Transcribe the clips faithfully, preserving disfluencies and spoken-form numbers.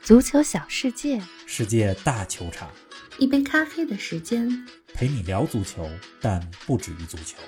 足球小世界， 世界大球场， 一杯咖啡的时间， 陪你聊足球，但不止于足球。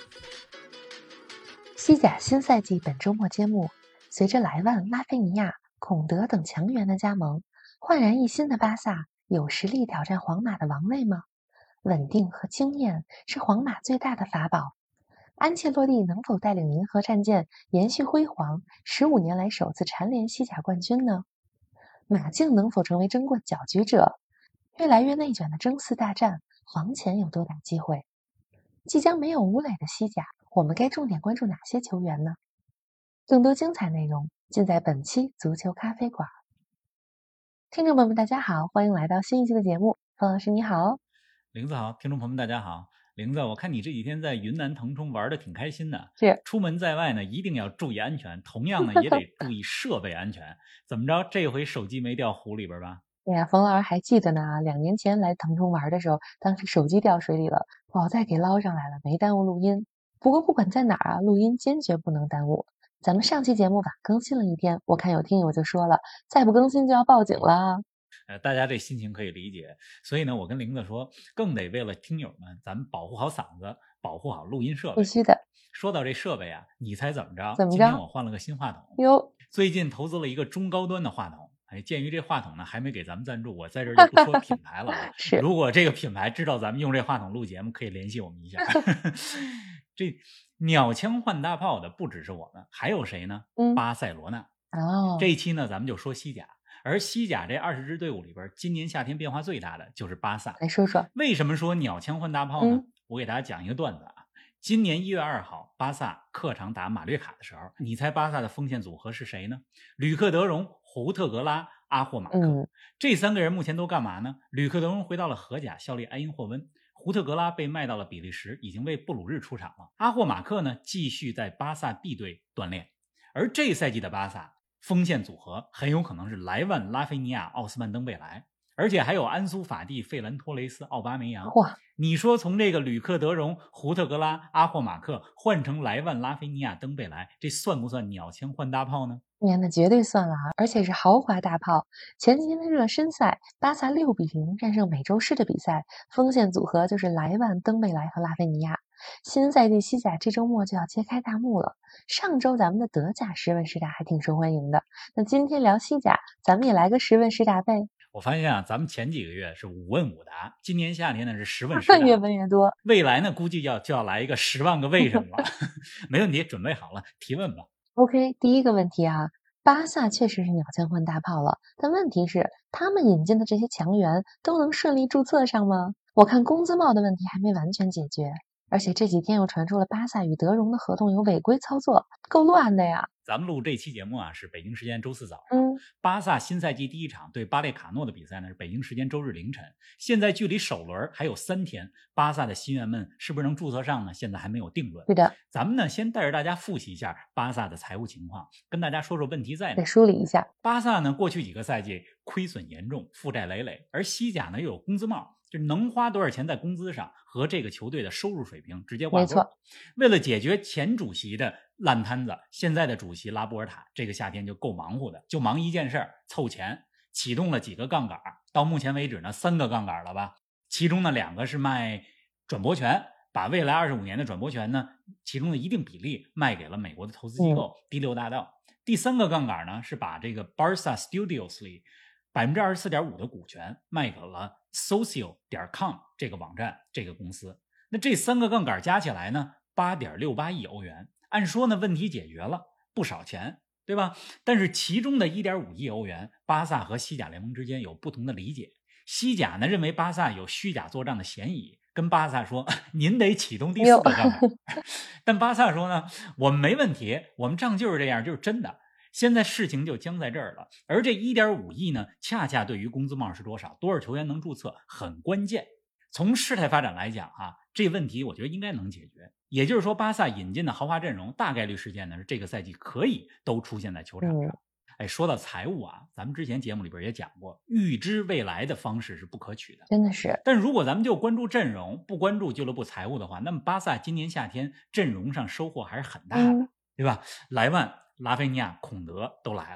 西甲新赛季本周末揭幕，随着莱万、拉菲尼亚、孔德等强援的加盟，焕然一新的巴萨有实力挑战皇马的王位吗？稳定和经验是皇马最大的法宝。安切洛蒂能否带领银河战舰延续辉煌，十五年来首次蝉联西甲冠军呢？马竞能否成为争冠搅局者？越来越内卷的争四大战，黄潜有多大机会？即将没有吴磊的西甲，我们该重点关注哪些球员呢？更多精彩内容尽在本期足球咖啡馆。听众朋友们大家好，欢迎来到新一期的节目。方老师你好。 玲子好，听众朋友们大家好。玲子，我看你这几天在云南腾冲玩的挺开心的， 是出门在外呢一定要注意安全，同样呢也得注意设备安全。怎么着，这回手机没掉湖里边吧？ 哎呀，冯老师还记得呢，两年前来腾冲玩的时候，当时手机掉水里了，好在给捞上来了，没耽误录音。不过不管在哪儿啊，录音坚决不能耽误。咱们上期节目晚更新了一天，我看有听友就说了，再不更新就要报警了。 呃，大家这心情可以理解，所以呢，我跟玲子说，更得为了听友们，咱们保护好嗓子，保护好录音设备。 必须的。 说到这设备啊，你猜怎么着？ 怎么着？ 今天我换了个新话筒。 哟， 最近投资了一个中高端的话筒。哎，鉴于这话筒呢还没给咱们赞助，我在这儿就不说品牌了啊。 是， 如果这个品牌知道咱们用这话筒录节目，可以联系我们一下。这鸟枪换大炮的不只是我们，还有谁呢？ 嗯， 巴塞罗那。 哦， 这一期呢，咱们就说西甲。而西甲这二十支队伍里边，今年夏天变化最大的就是巴萨。 来说说为什么说鸟枪换大炮呢？ 嗯、 我给大家讲一个段子啊。今年一月二号，巴萨客场打马略卡的时候，你猜巴萨的锋线组合是谁呢？吕克德容、胡特格拉、阿霍马克、 嗯、 这三个人目前都干嘛呢？吕克德容回到了荷甲效力埃因霍温，胡特格拉被卖到了比利时，已经为布鲁日出场了。阿霍马克呢，继续在巴萨 B 队锻炼。而这赛季的巴萨锋线组合很有可能是莱万、拉菲尼亚、奥斯曼登贝莱，而且还有安苏法蒂、费兰托雷斯、奥巴梅扬。 哇， 你说从这个吕克德容、胡特格拉、阿霍马克换成莱万、拉菲尼亚、登贝莱，这算不算鸟枪换大炮呢？ 呀，那绝对算了啊，而且是豪华大炮。前几天的热身赛，巴萨六比零战胜美洲狮的比赛，锋线组合就是莱万、登贝莱和拉菲尼亚。新赛季西甲这周末就要揭开大幕了。上周咱们的德甲十问十答还挺受欢迎的，那今天聊西甲，咱们也来个十问十答呗。 我发现啊，咱们前几个月是五问五答，今年夏天呢是十问十答， 越问越多。 未来呢估计要就要来一个十万个为什么了。没问题，准备好了，提问吧。 OK， 第一个问题啊，巴萨确实是鸟枪换大炮了，但问题是他们引进的这些强援都能顺利注册上吗？我看工资帽的问题还没完全解决，而且这几天又传出了巴萨与德容的合同有违规操作，够乱的呀。 咱们录这期节目啊是北京时间周四早上， 嗯， 巴萨新赛季第一场对巴列卡诺的比赛呢是北京时间周日凌晨，现在距离首轮还有三天，巴萨的新援们是不是能注册上呢？现在还没有定论。 对的， 咱们呢先带着大家复习一下巴萨的财务情况，跟大家说说问题在哪。 得梳理一下。 巴萨呢过去几个赛季亏损严重，负债累累，而西甲呢又有工资帽，就能花多少钱在工资上和这个球队的收入水平直接挂钩。 没错， 为了解决前主席的烂摊子，现在的主席拉波尔塔这个夏天就够忙活的，就忙一件事儿，凑钱，启动了几个杠杆，到目前为止呢三个杠杆了吧，其中呢两个是卖转播权，把未来二十五年的转播权呢其中的一定比例卖给了美国的投资机构、嗯、第六大道。第三个杠杆呢是把这个 Barca Studios 里 百分之二十四点五 的股权卖给了 Socio 点 com 这个网站这个公司。那这三个杠杆加起来呢 八点六八亿欧元，按说呢问题解决了，不少钱，对吧？但是其中的 一点五亿欧元，巴萨和西甲联盟之间有不同的理解。西甲呢认为巴萨有虚假作账的嫌疑，跟巴萨说您得启动第四个杠杆。但巴萨说呢，我们没问题，我们账就是这样，就是真的。现在事情就僵在这儿了，而这 一点五亿呢，恰恰对于工资帽是多少，多少球员能注册很关键。从事态发展来讲啊，这问题我觉得应该能解决。也就是说，巴萨引进的豪华阵容大概率事件呢是这个赛季可以都出现在球场上。嗯、哎，说到财务啊，咱们之前节目里边也讲过，预知未来的方式是不可取的， 真的是。 但如果咱们就关注阵容，不关注俱乐部财务的话，那么巴萨今年夏天阵容上收获还是很大的，嗯、对吧？莱万、拉菲尼亚、孔德都来了，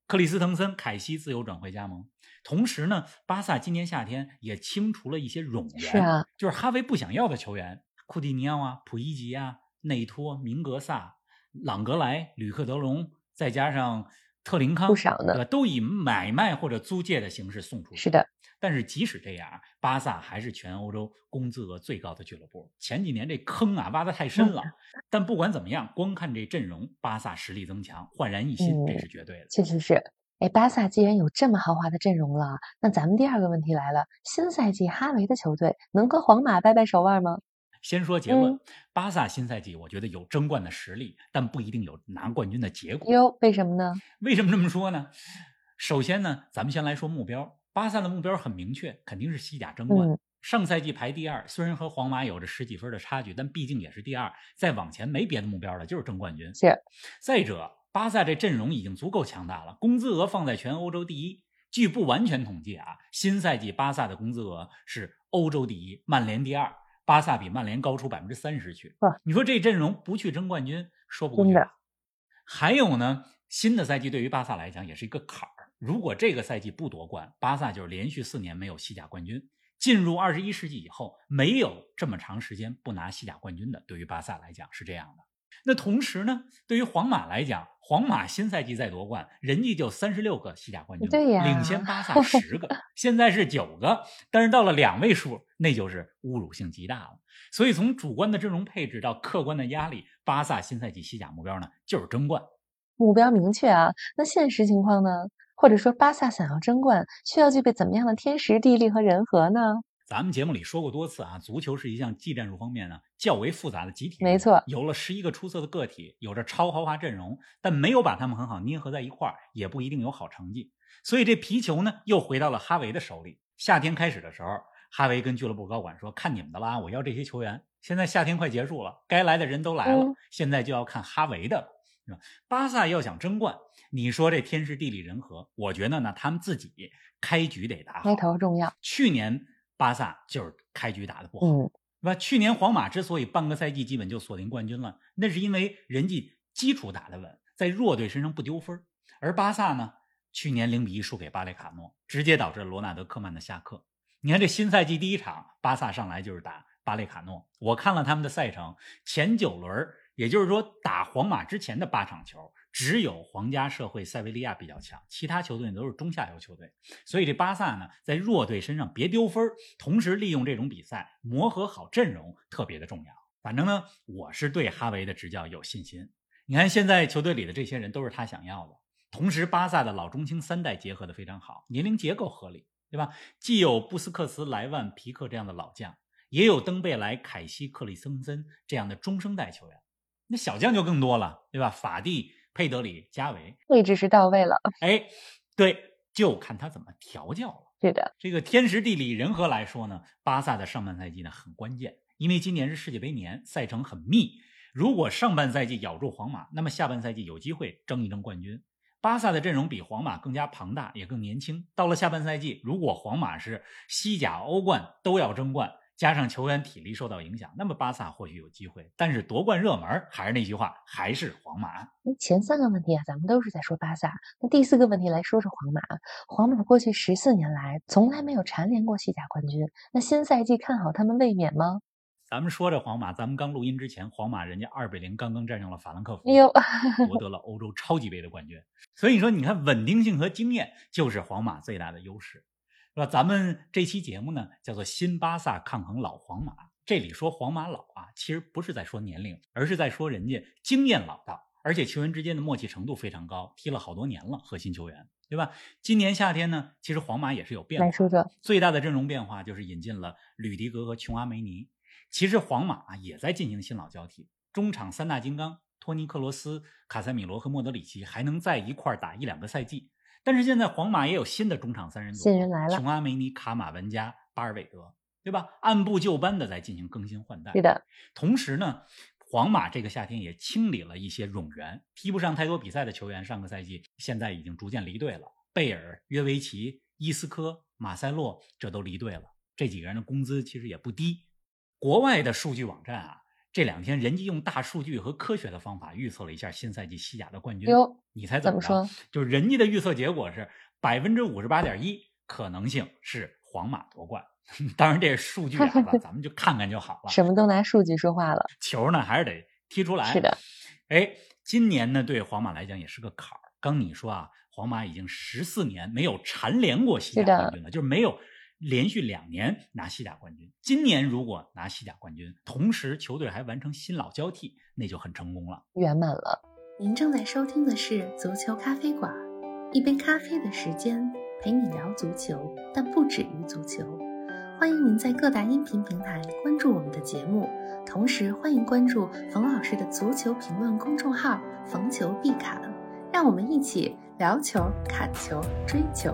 克里斯滕森、凯西自由转会加盟。同时呢，巴萨今年夏天也清除了一些冗员， 是啊， 就是哈维不想要的球员，库蒂尼奥啊、普伊吉啊、内托、明格萨、朗格莱、吕克德隆，再加上特林康， 不少呢， 对吧？都以买卖或者租借的形式送出去。 是的。 但是即使这样，巴萨还是全欧洲工资额最高的俱乐部。前几年这坑啊挖得太深了，嗯、但不管怎么样，光看这阵容，巴萨实力增强，焕然一新，嗯、这是绝对的。 确实是。哎，巴萨既然有这么豪华的阵容了，那咱们第二个问题来了：新赛季哈维的球队能和皇马掰掰手腕吗？ 先说结论，嗯、巴萨新赛季我觉得有争冠的实力，但不一定有拿冠军的结果。 哟，为什么呢？ 为什么这么说呢？首先呢，咱们先来说目标。巴萨的目标很明确，肯定是西甲争冠。嗯、上赛季排第二，虽然和皇马有着十几分的差距，但毕竟也是第二。再往前没别的目标了，就是争冠军。 是。 再者，巴萨这阵容已经足够强大了，工资额放在全欧洲第一。据不完全统计啊，新赛季巴萨的工资额是欧洲第一，曼联第二。巴萨比曼联高出百分之三十去。 啊、 你说这阵容不去争冠军，说不过去吧？还有呢，新的赛季对于巴萨来讲也是一个坎儿。如果这个赛季不夺冠，巴萨就是连续四年没有西甲冠军。进入二十一世纪以后，没有这么长时间不拿西甲冠军的，对于巴萨来讲是这样的。那同时呢，对于皇马来讲，皇马新赛季再夺冠，人家就三十六个西甲冠军， 对呀， 领先巴萨十个，现在是九个，但是到了两位数，那就是侮辱性极大了。所以从主观的阵容配置到客观的压力，巴萨新赛季西甲目标呢就是争冠。 目标明确啊，那现实情况呢？或者说巴萨想要争冠，需要具备怎么样的天时地利和人和呢？ 咱们节目里说过多次啊，足球是一项技战术方面呢较为复杂的集体。 没错， 有了十一个出色的个体，有着超豪华阵容，但没有把他们很好捏合在一块儿，也不一定有好成绩。所以这皮球呢，又回到了哈维的手里。夏天开始的时候，哈维跟俱乐部高管说：“看你们的啦，我要这些球员。”现在夏天快结束了，该来的人都来了，嗯、现在就要看哈维的了。巴萨要想争冠，你说这天时地利人和，我觉得呢，他们自己开局得打好， 开头重要。 去年巴萨就是开局打得不好， 嗯， 是吧？去年皇马之所以半个赛季基本就锁定冠军了，那是因为人家基础打得稳，在弱队身上不丢分。而巴萨呢，去年零比一输给巴雷卡诺，直接导致罗纳德科曼的下课。你看这新赛季第一场，巴萨上来就是打巴雷卡诺，我看了他们的赛程，前九轮。也就是说，打皇马之前的八场球，只有皇家社会塞维利亚比较强，其他球队都是中下游球队。所以这巴萨呢，在弱队身上别丢分，同时利用这种比赛磨合好阵容，特别的重要。反正呢，我是对哈维的执教有信心。你看现在球队里的这些人都是他想要的，同时巴萨的老中青三代结合的非常好，年龄结构合理，对吧？既有布斯克茨、莱万、皮克这样的老将，也有登贝莱、凯西、克里斯滕森这样的中生代球员。那小将就更多了，对吧？法蒂、佩德里、加维， 位置是到位了。 哎，对，就看他怎么调教了。 是的， 这个天时地利人和来说呢，巴萨的上半赛季呢很关键，因为今年是世界杯年，赛程很密。如果上半赛季咬住皇马，那么下半赛季有机会争一争冠军。巴萨的阵容比皇马更加庞大，也更年轻。到了下半赛季，如果皇马是西甲、欧冠都要争冠，加上球员体力受到影响，那么巴萨或许有机会，但是夺冠热门还是那句话，还是皇马。 前三个问题啊，咱们都是在说巴萨，那第四个问题来说说皇马。皇马过去十四年来从来没有蝉联过西甲冠军，那新赛季看好他们卫冕吗？ 咱们说这皇马，咱们刚录音之前，皇马人家二比零刚刚战胜了法兰克福， 哎呦， 夺得了欧洲超级杯的冠军。所以你说，你看稳定性和经验就是皇马最大的优势。是吧？咱们这期节目呢，叫做新巴萨抗衡老皇马。这里说皇马老啊，其实不是在说年龄，而是在说人家经验老道，而且球员之间的默契程度非常高，踢了好多年了，核心球员，对吧？今年夏天呢，其实皇马也是有变化。 来说说最大的阵容变化就是引进了吕迪格和琼阿梅尼。其实皇马也在进行新老交替，中场三大金刚托尼克罗斯、卡塞米罗和莫德里奇还能在一块打一两个赛季。但是现在皇马也有新的中场三人组， 新人来了， 琼阿梅尼、卡马文加、巴尔韦德，对吧？按部就班的在进行更新换代。 是的。 同时呢，皇马这个夏天也清理了一些冗员，踢不上太多比赛的球员，上个赛季现在已经逐渐离队了。贝尔、约维奇、伊斯科、马塞洛，这都离队了。这几个人的工资其实也不低。国外的数据网站啊， 这两天人家用大数据和科学的方法预测了一下新赛季西甲的冠军。 哟， 你猜怎么说？ 就是人家的预测结果是百分之五十八点一，可能性是皇马夺冠。当然这数据啊，咱们就看看就好了。 什么都拿数据说话了。 球呢还是得踢出来。 是的。 哎，今年呢对皇马来讲也是个坎儿。刚你说啊，皇马已经十四年没有蝉联过西甲冠军了，就是没有连续两年拿西甲冠军。今年如果拿西甲冠军，同时球队还完成新老交替，那就很成功了， 圆满了。 您正在收听的是足球咖啡馆，一杯咖啡的时间陪你聊足球，但不止于足球。欢迎您在各大音频平台关注我们的节目，同时欢迎关注冯老师的足球评论公众号冯球必侃，让我们一起聊球、砍球、追球。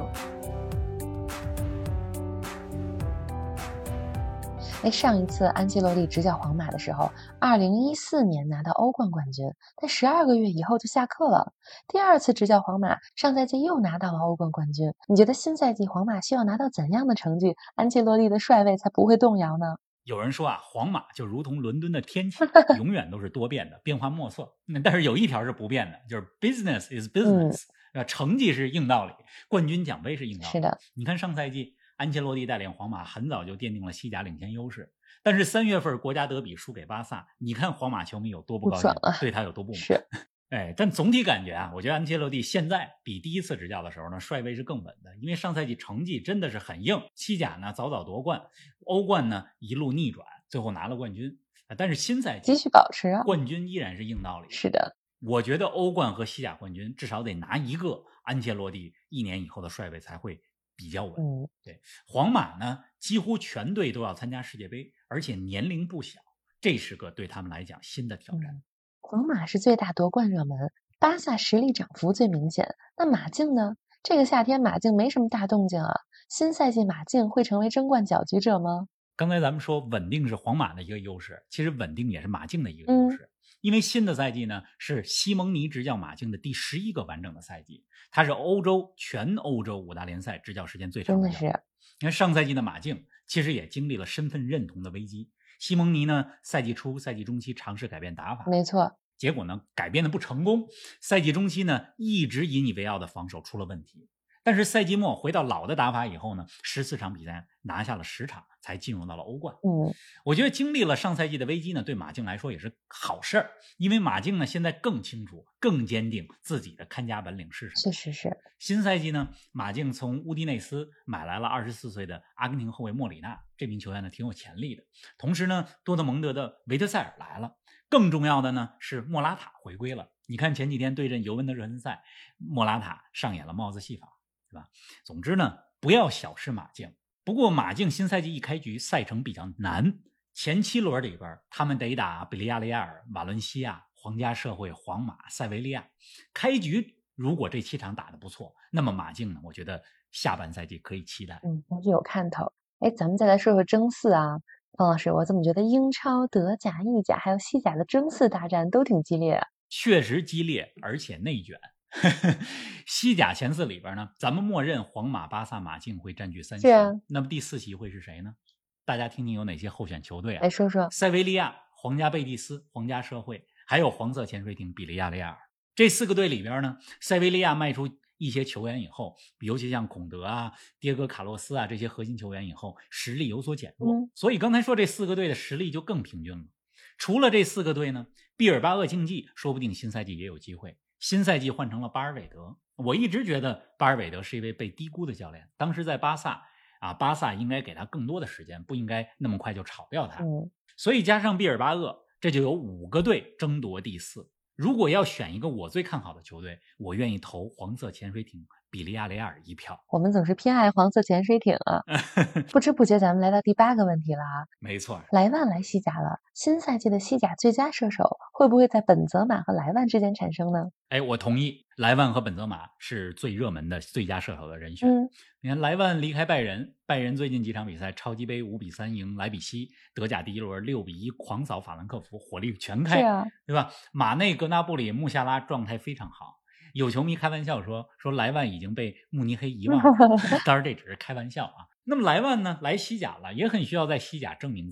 哎，上一次安切洛蒂执教皇马的时候，二零一四年拿到欧冠冠军，但十二个月以后就下课了。第二次执教皇马，上赛季又拿到了欧冠冠军。你觉得新赛季皇马需要拿到怎样的成绩，安切洛蒂的帅位才不会动摇呢？ 有人说啊，皇马就如同伦敦的天气，永远都是多变的，变幻莫测。但是有一条是不变的，就是 business is business，嗯，成绩是硬道理，冠军奖杯是硬道理。 是的， 你看上赛季安切洛蒂带领皇马很早就奠定了西甲领先优势，但是三月份国家德比输给巴萨，你看皇马球迷有多不高兴，对他有多不满。 是。 哎，但总体感觉啊，我觉得安切洛蒂现在比第一次执教的时候呢，帅位是更稳的，因为上赛季成绩真的是很硬，西甲呢早早夺冠，欧冠呢一路逆转，最后拿了冠军。但是新赛季继续保持啊， 冠军依然是硬道理。 是的， 我觉得欧冠和西甲冠军至少得拿一个，安切洛蒂一年以后的帅位才会比较稳。 嗯， 对，皇马呢几乎全队都要参加世界杯，而且年龄不小，这是个对他们来讲新的挑战。 嗯，皇马是最大夺冠热门，巴萨实力涨幅最明显。那马竞呢？这个夏天马竞没什么大动静啊。新赛季马竞会成为争冠搅局者吗？ 刚才咱们说稳定是皇马的一个优势，其实稳定也是马竞的一个优势。嗯，因为新的赛季呢是西蒙尼执教马竞的第十一个完整的赛季，他是欧洲全欧洲五大联赛执教时间最长的。 真的是。 你看上赛季的马竞其实也经历了身份认同的危机。西蒙尼呢赛季初赛季中期尝试改变打法， 没错， 结果呢改变的不成功，赛季中期呢一直引以为傲的防守出了问题。但是赛季末回到老的打法以后呢，十四场比赛拿下了十场，才进入到了欧冠。 嗯， 我觉得经历了上赛季的危机呢，对马竞来说也是好事儿，因为马竞呢现在更清楚、更坚定自己的看家本领是什么。 确实是。 新赛季呢，马竞从乌迪内斯买来了二十四岁的阿根廷后卫莫里纳，这名球员呢挺有潜力的。同时呢，多特蒙德的维特塞尔来了，更重要的呢是莫拉塔回归了。你看前几天对阵尤文的热身赛，莫拉塔上演了帽子戏法。总之呢，不要小视马竞。不过马竞新赛季一开局赛程比较难，前七轮里边他们得打比利亚雷亚尔、瓦伦西亚、皇家社会、皇马、塞维利亚。开局如果这七场打得不错，那么马竞呢，我觉得下半赛季可以期待。 嗯，还是有看头。哎，咱们再来说说争四啊，方老师，我怎么觉得英超、德甲、意甲还有西甲的争四大战都挺激烈啊？ 确实激烈，而且内卷。西甲前四里边呢，咱们默认皇马、巴萨、马竞会占据三席。 是啊。 那么第四席会是谁呢？大家听听有哪些候选球队啊？ 来说说。 塞维利亚、皇家贝蒂斯、皇家社会，还有黄色潜水艇比利亚雷亚尔。这四个队里边呢，塞维利亚卖出一些球员以后，尤其像孔德啊、迭戈卡洛斯啊这些核心球员以后，实力有所减弱。 嗯， 所以刚才说这四个队的实力就更平均了。除了这四个队呢，毕尔巴鄂竞技说不定新赛季也有机会。新赛季换成了巴尔韦德，我一直觉得巴尔韦德是一位被低估的教练。当时在巴萨啊，巴萨应该给他更多的时间，不应该那么快就炒掉他。 嗯， 所以加上毕尔巴鄂，这就有五个队争夺第四。如果要选一个我最看好的球队，我愿意投黄色潜水艇比利亚雷亚尔一票。 我们总是偏爱黄色潜水艇啊。不知不觉咱们来到第八个问题了啊。 没错， 莱万来西甲了，新赛季的西甲最佳射手会不会在本泽马和莱万之间产生呢？ 哎，我同意，莱万和本泽马是最热门的最佳射手的人选。 嗯， 你看莱万离开拜仁，拜仁最近几场比赛，超级杯五比三赢莱比锡，德甲第一轮六比一狂扫法兰克福，火力全开， 是啊， 对吧？马内、格纳布里、穆夏拉状态非常好。有球迷开玩笑说，说莱万已经被慕尼黑遗忘了，当然这只是开玩笑啊。那么莱万呢，来西甲了，也很需要在西甲证明自己。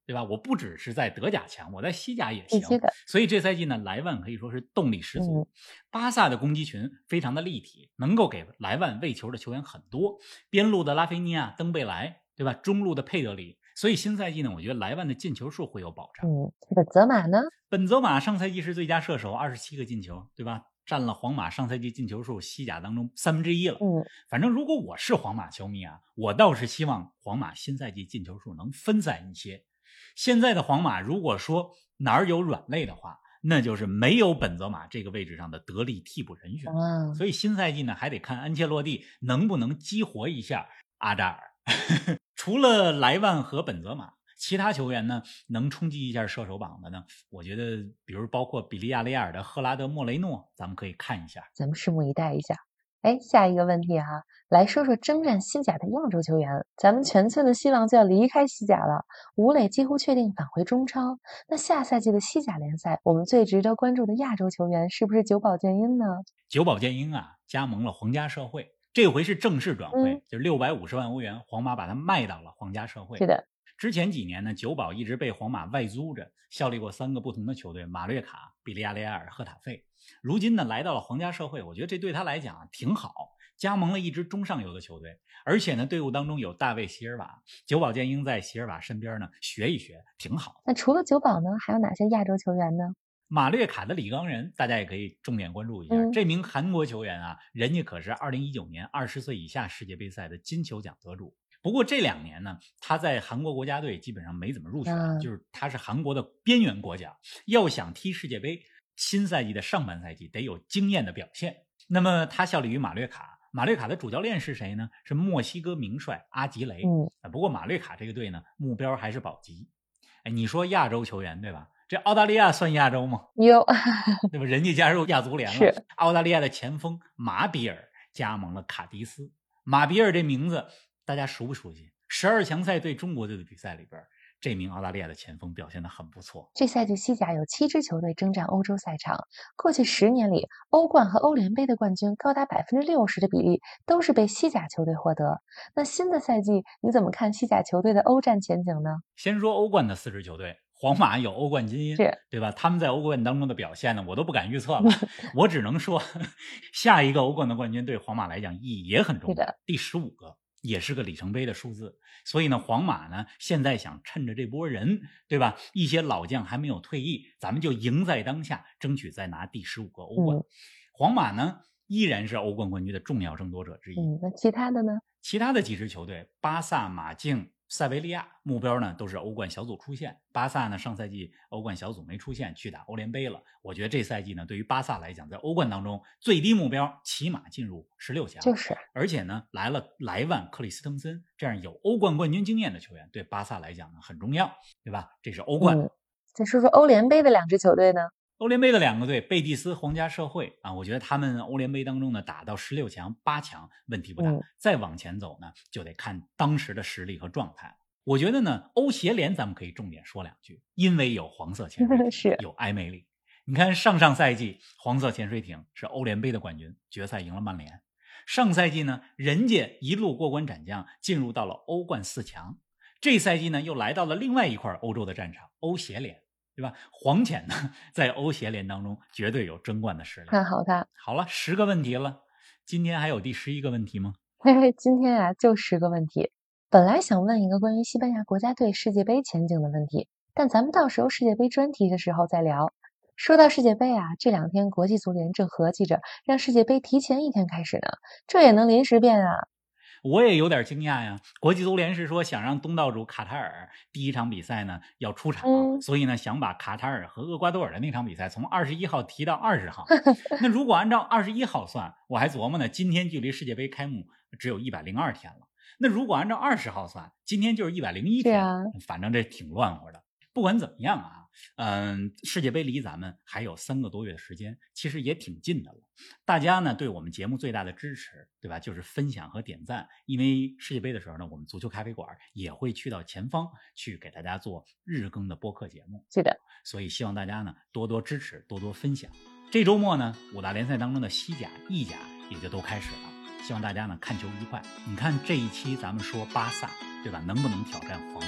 对吧？我不只是在德甲强，我在西甲也行。所以这赛季呢，莱万可以说是动力十足。 嗯、 巴萨的攻击群非常的立体，能够给莱万喂球的球员很多，边路的拉菲尼亚、登贝莱，对吧？中路的佩德里。所以新赛季呢，我觉得莱万的进球数会有保障。 嗯，本泽马呢？ 本泽马上赛季是最佳射手，二十七个进球，对吧？占了皇马上赛季进球数西甲当中三分之一了。 嗯， 反正如果我是皇马球迷啊，我倒是希望皇马新赛季进球数能分散一些。现在的皇马如果说哪儿有软肋的话，那就是没有本泽马这个位置上的得力替补人选。 嗯、 所以新赛季呢，还得看安切洛蒂能不能激活一下阿扎尔。除了莱万和本泽马，其他球员呢能冲击一下射手榜的呢，我觉得比如包括比利亚雷亚尔的赫拉德莫雷诺，咱们可以看一下， 咱们拭目以待一下。哎，下一个问题哈、啊，来说说征战西甲的亚洲球员。咱们全村的希望就要离开西甲了，吴磊几乎确定返回中超。那下赛季的西甲联赛，我们最值得关注的亚洲球员是不是久保建英呢？ 久保建英啊，加盟了皇家社会，这回是正式转会， 嗯、 就是六百五十万欧元，皇马把他卖到了皇家社会。 是的。 之前几年呢，久保一直被皇马外租着，效力过三个不同的球队：马略卡、比利亚雷亚尔、赫塔费。如今呢，来到了皇家社会，我觉得这对他来讲挺好，加盟了一支中上游的球队，而且呢，队伍当中有大卫席尔瓦，久保建英在席尔瓦身边呢学一学，挺好。 那除了久保呢，还有哪些亚洲球员呢？ 马略卡的李刚仁，大家也可以重点关注一下。 嗯、 这名韩国球员啊，人家可是二零一九年二十岁以下世界杯赛的金球奖得主。不过这两年呢，他在韩国国家队基本上没怎么入选， 嗯、 就是他是韩国的边缘国脚，要想踢世界杯，新赛季的上半赛季得有惊艳的表现。那么他效力于马略卡，马略卡的主教练是谁呢？是墨西哥名帅阿吉雷。 嗯， 不过马略卡这个队呢，目标还是保级。哎，你说亚洲球员对吧？这澳大利亚算亚洲吗？ 有， 对吧？人家加入亚足联了。 是澳大利亚的前锋马比尔加盟了卡迪斯。马比尔这名字大家熟不熟悉？十二强赛对中国队的比赛里边，这名澳大利亚的前锋表现得很不错。 这赛季西甲有七支球队征战欧洲赛场，过去十年里，欧冠和欧联杯的冠军高达百分之六十的比例都是被西甲球队获得。那新的赛季，你怎么看西甲球队的欧战前景呢？ 先说欧冠的四支球队。皇马有欧冠金鹰，对吧？他们在欧冠当中的表现呢，我都不敢预测了。我只能说，下一个欧冠的冠军对皇马来讲意义也很重要。第十五个也是个里程碑的数字。所以呢，皇马呢现在想趁着这波人，对吧？一些老将还没有退役，咱们就赢在当下，争取再拿第十五个欧冠。嗯、皇马呢依然是欧冠冠军的重要争夺者之一。 嗯，那其他的呢？ 其他的几支球队，巴萨、马竞、塞维利亚，目标呢都是欧冠小组出线。巴萨呢上赛季欧冠小组没出线，去打欧联杯了。我觉得这赛季呢，对于巴萨来讲，在欧冠当中最低目标起码进入十六强。 就是， 而且呢，来了莱万、克里斯滕森这样有欧冠冠军经验的球员，对巴萨来讲呢很重要，对吧？这是欧冠。 嗯、再说说欧联杯的两支球队呢？ 欧联杯的两个队，贝蒂斯、皇家社会啊，我觉得他们欧联杯当中呢，打到十六强、八强问题不大， 嗯、 再往前走呢，就得看当时的实力和状态。我觉得呢，欧协联咱们可以重点说两句，因为有黄色潜水艇， 是有埃梅里。你看上上赛季黄色潜水艇是欧联杯的冠军，决赛赢了曼联。上赛季呢，人家一路过关斩将，进入到了欧冠四强。这赛季呢，又来到了另外一块欧洲的战场，欧协联。对吧？黄潜呢，在欧协联当中绝对有争冠的实力。 看好他。 好了，十个问题了，今天还有第十一个问题吗？ 嘿嘿，今天啊就十个问题。本来想问一个关于西班牙国家队世界杯前景的问题，但咱们到时候世界杯专题的时候再聊。说到世界杯啊，这两天国际足联正合计着让世界杯提前一天开始呢，这也能临时变啊。 我也有点惊讶呀，国际足联是说想让东道主卡塔尔第一场比赛呢要出场、 嗯、 所以呢想把卡塔尔和厄瓜多尔的那场比赛从二十一号提到二十号。那如果按照二十一号算，我还琢磨呢，今天距离世界杯开幕只有一百零二天了。那如果按照二十号算，今天就是一百零一天、 啊、 反正这挺乱乎的。不管怎么样啊，嗯，世界杯离咱们还有三个多月的时间，其实也挺近的了。大家呢对我们节目最大的支持，对吧？就是分享和点赞。因为世界杯的时候呢，我们足球咖啡馆也会去到前方去给大家做日更的播客节目。 是的， 所以希望大家呢多多支持，多多分享。这周末呢，五大联赛当中的西甲、意甲也就都开始了。希望大家呢看球愉快。你看这一期咱们说巴萨，对吧？能不能挑战皇马？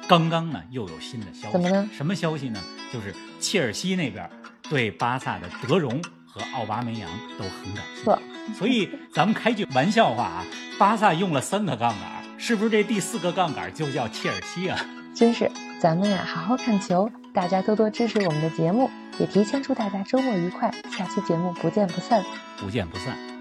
刚刚呢又有新的消息。 怎么呢？ 什么消息呢？就是切尔西那边对巴萨的德容和奥巴梅扬都很感兴趣。所以咱们开句玩笑话啊，巴萨用了三个杠杆，是不是这第四个杠杆就叫切尔西啊？ 真是，咱们呀好好看球，大家多多支持我们的节目，也提前祝大家周末愉快，下期节目不见不散。 不见不散。